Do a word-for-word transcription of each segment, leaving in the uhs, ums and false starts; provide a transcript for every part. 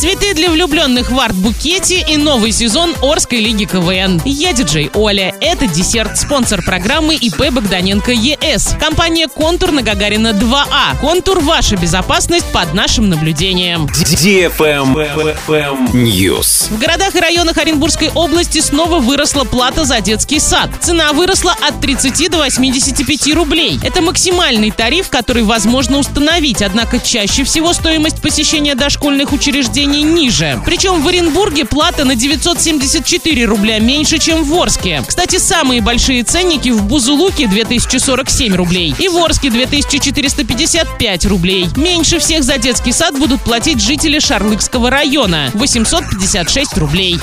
Цветы для влюбленных в арт-букете и новый сезон Орской лиги КВН. Я диджей Оля. Это десерт. Спонсор программы ИП Богданенко ЕС. Компания «Контур» на Гагарина два А. «Контур» — ваша безопасность под нашим наблюдением. News. В городах и районах Оренбургской области снова выросла плата за детский сад. Цена выросла от тридцати до восьмидесяти пяти рублей. Это максимальный тариф, который возможно установить, однако чаще всего стоимость посещения дошкольных учреждений ниже. Причем в Оренбурге плата на девятьсот семьдесят четыре рубля меньше, чем в Орске. Кстати, самые большие ценники в Бузулуке — две тысячи сорок семь рублей и в Орске — две тысячи четыреста пятьдесят пять рублей. Меньше всех за детский сад будут платить жители Шарлыкского района — восемьсот пятьдесят шесть рублей.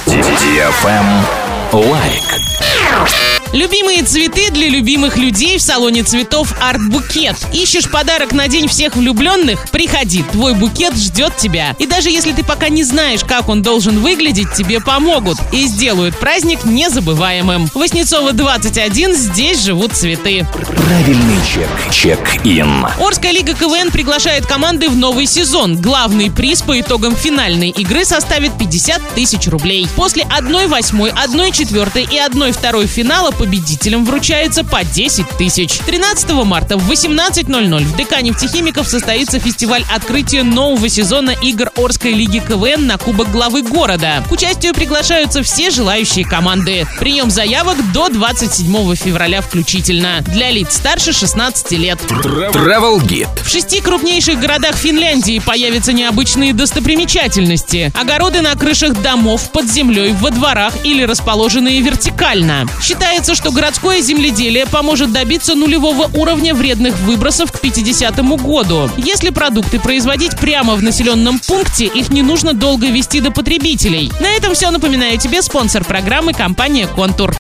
Лайк. Любимые цветы для любимых людей в салоне цветов «Арт-букет». Ищешь подарок на День всех влюбленных? Приходи, твой букет ждет тебя. И даже если ты пока не знаешь, как он должен выглядеть, тебе помогут и сделают праздник незабываемым. Васнецова, двадцать один, здесь живут цветы. Правильный чек. Чек-ин. Орская лига КВН приглашает команды в новый сезон. Главный приз по итогам финальной игры составит пятьдесят тысяч рублей. После одной восьмой, одной четвертой и одной второй финала победителям вручается по десять тысяч. тринадцатого марта в восемнадцать ноль ноль в ДК «Нефтехимиков» состоится фестиваль открытия нового сезона игр Орской лиги КВН на Кубок главы города. К участию приглашаются все желающие команды. Прием заявок до двадцать седьмого февраля включительно. Для лиц старше шестнадцати лет. Travel Guide. В шести крупнейших городах Финляндии появятся необычные достопримечательности. Огороды на крышах домов, под землей, во дворах или расположенные вертикально. Считается, что городское земледелие поможет добиться нулевого уровня вредных выбросов к пятидесятому году. Если продукты производить прямо в населенном пункте, их не нужно долго везти до потребителей. На этом все. Напоминаю тебе спонсор программы — компания «Контур».